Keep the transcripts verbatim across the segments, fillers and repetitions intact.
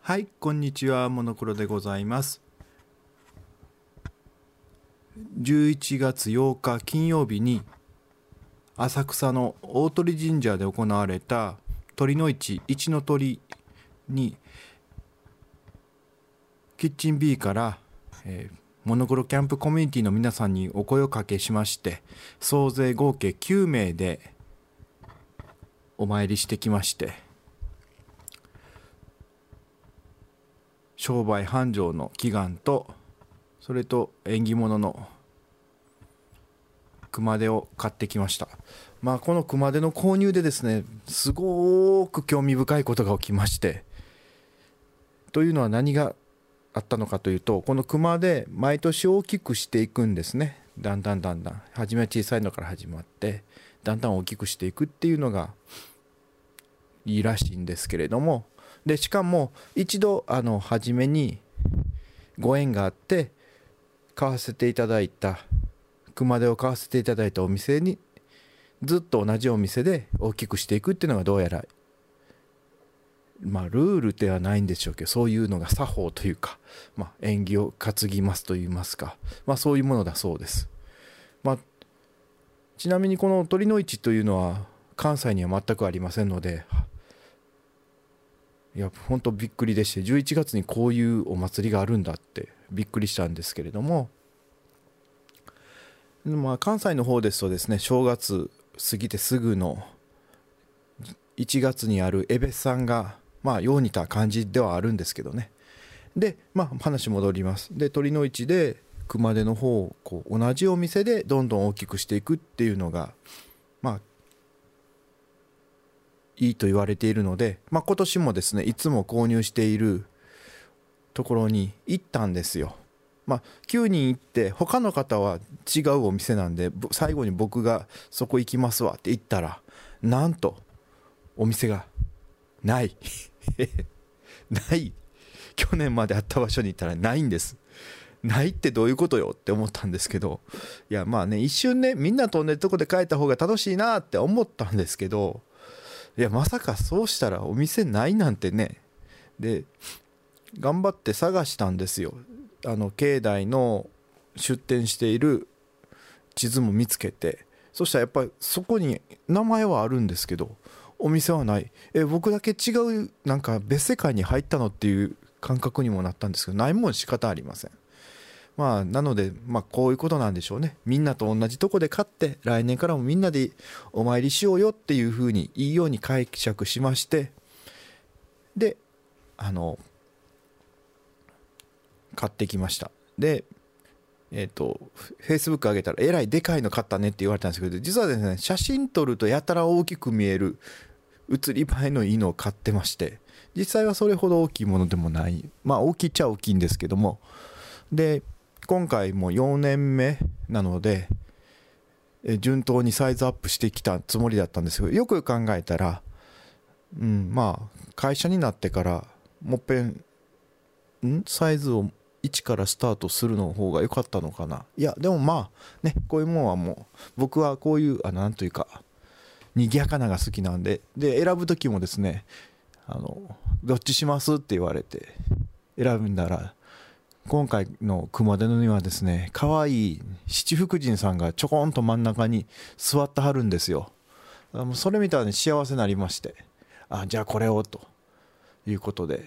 はい、こんにちは、モノクロでございます。じゅういちがつようか金曜日に浅草の大鳥神社で行われた鳥の市一の鳥にキッチン B から、えー、モノクロキャンプコミュニティの皆さんにお声をかけしまして、総勢合計きゅうめいでお参りしてきまして、商売繁盛の祈願と、それと縁起物の熊手を買ってきました。まあこの熊手の購入でですね、すごく興味深いことが起きまして、というのは何があったのかというと、この熊手毎年大きくしていくんですね。だんだんだんだん初めは小さいのから始まって、だんだん大きくしていくっていうのがいいらしいんですけれども、でしかも一度あの初めにご縁があって買わせていただいた熊手を買わせていただいたお店にずっと同じお店で大きくしていくっていうのがどうやらまあルールではないんでしょうけど、そういうのが作法というか、まあ、縁起を担ぎますといいますか、まあそういうものだそうです。まあちなみにこの鳥の市というのは関西には全くありませんので、いや本当びっくりでして、じゅういちがつにこういうお祭りがあるんだってびっくりしたんですけれども、まあ関西の方ですとですね、正月過ぎてすぐのいちがつにあるえべさんがまあよう似た感じではあるんですけどね。でまあ話戻ります。で鳥の市で熊手の方をこう同じお店でどんどん大きくしていくっていうのがまあいいと言われているので、まあ、今年もですねいつも購入しているところに行ったんですよ。まあきゅうにん行って他の方は違うお店なんで、最後に僕がそこ行きますわって言ったら、なんとお店がないない去年まであった場所に行ったらないんです。ないってどういうことよって思ったんですけど、いやまあね、一瞬ねみんなと同じとこで帰った方が楽しいなって思ったんですけど、いやまさかそうしたらお店ないなんてね。で頑張って探したんですよ。あの境内の出店している地図も見つけて、そしたらやっぱりそこに名前はあるんですけどお店はない。え僕だけ違うなんか別世界に入ったのっていう感覚にもなったんですけど、ないもん仕方ありません。まあなのでまあこういうことなんでしょうね。みんなと同じとこで買って来年からもみんなでお参りしようよっていうふうにいいように解釈しまして、であの買ってきました。でえっとフェイスブック上げたらえらいでかいの買ったねって言われたんですけど、実はですね写真撮るとやたら大きく見える写り映えのいいのを買ってまして、実際はそれほど大きいものでもない、まあ大きいっちゃ大きいんですけども、で今回もよねんめなので順当にサイズアップしてきたつもりだったんですけど、よく考えたら、うん、まあ会社になってからもっぺんんサイズをいちからスタートするの方が良かったのかな。いやでもまあね、こういうもんはもう僕はこういうあなんというか賑やかなが好きなんで、で選ぶ時もですね、あのどっちしますって言われて選んだら、今回の熊手のにはですね、可愛い七福神さんがちょこんと真ん中に座ってはるんですよ。それ見たら、ね、幸せになりまして、あじゃあこれをということで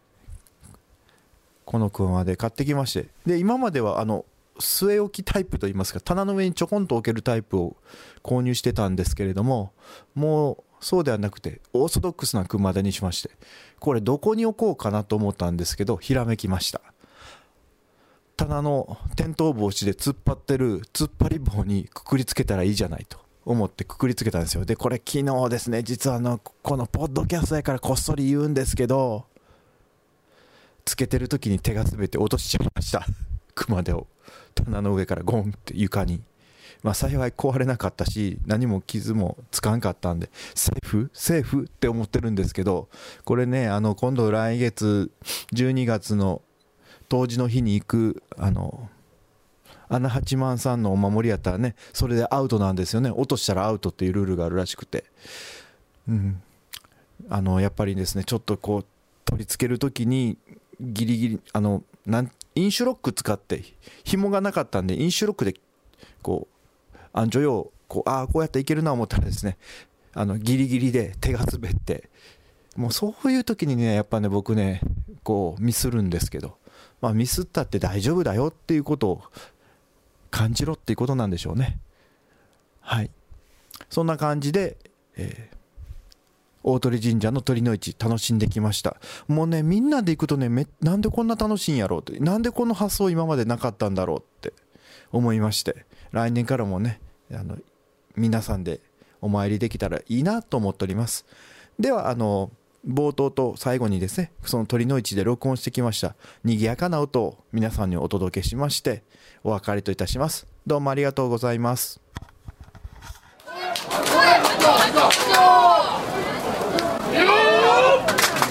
この熊手買ってきまして、で今まではあの据え置きタイプといいますか、棚の上にちょこんと置けるタイプを購入してたんですけれども、もうそうではなくてオーソドックスな熊手にしまして、これどこに置こうかなと思ったんですけど、ひらめきました。棚の転倒防止で突っ張ってる突っ張り棒にくくりつけたらいいじゃないと思ってくくりつけたんですよ。でこれ昨日ですね、実はあのこのポッドキャストやからこっそり言うんですけど、つけてる時に手が滑って落としちゃいました熊手を棚の上からゴンって床に。まあ幸い壊れなかったし何も傷もつかんかったんでセーフセーフって思ってるんですけど、これねあの今度来月じゅうにがつの冬至の日に行くあの穴八幡さんのお守りやったらね、それでアウトなんですよね。落としたらアウトっていうルールがあるらしくて、うん、あのやっぱりですねちょっとこう取り付ける時にギリギリあのなんインシュロック使って紐がなかったんでインシュロックでこう安女用こうああこうやっていけるな思ったらですねあのギリギリで手が滑ってもうそういう時にねやっぱね僕ねこうミスるんですけど、まあミスったって大丈夫だよっていうことを感じろっていうことなんでしょうね。はい、そんな感じで、えー、大鳥神社の鳥の市楽しんできました。もうねみんなで行くとねめなんでこんな楽しいんやろうってなんでこの発想今までなかったんだろうって思いまして、来年からもねあの皆さんでお参りできたらいいなと思っております。ではあの冒頭と最後にですねその鳥の市で録音してきました賑やかな音を皆さんにお届けしましてお別れといたします。どうもありがとうございます。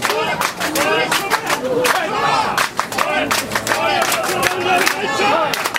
Hey!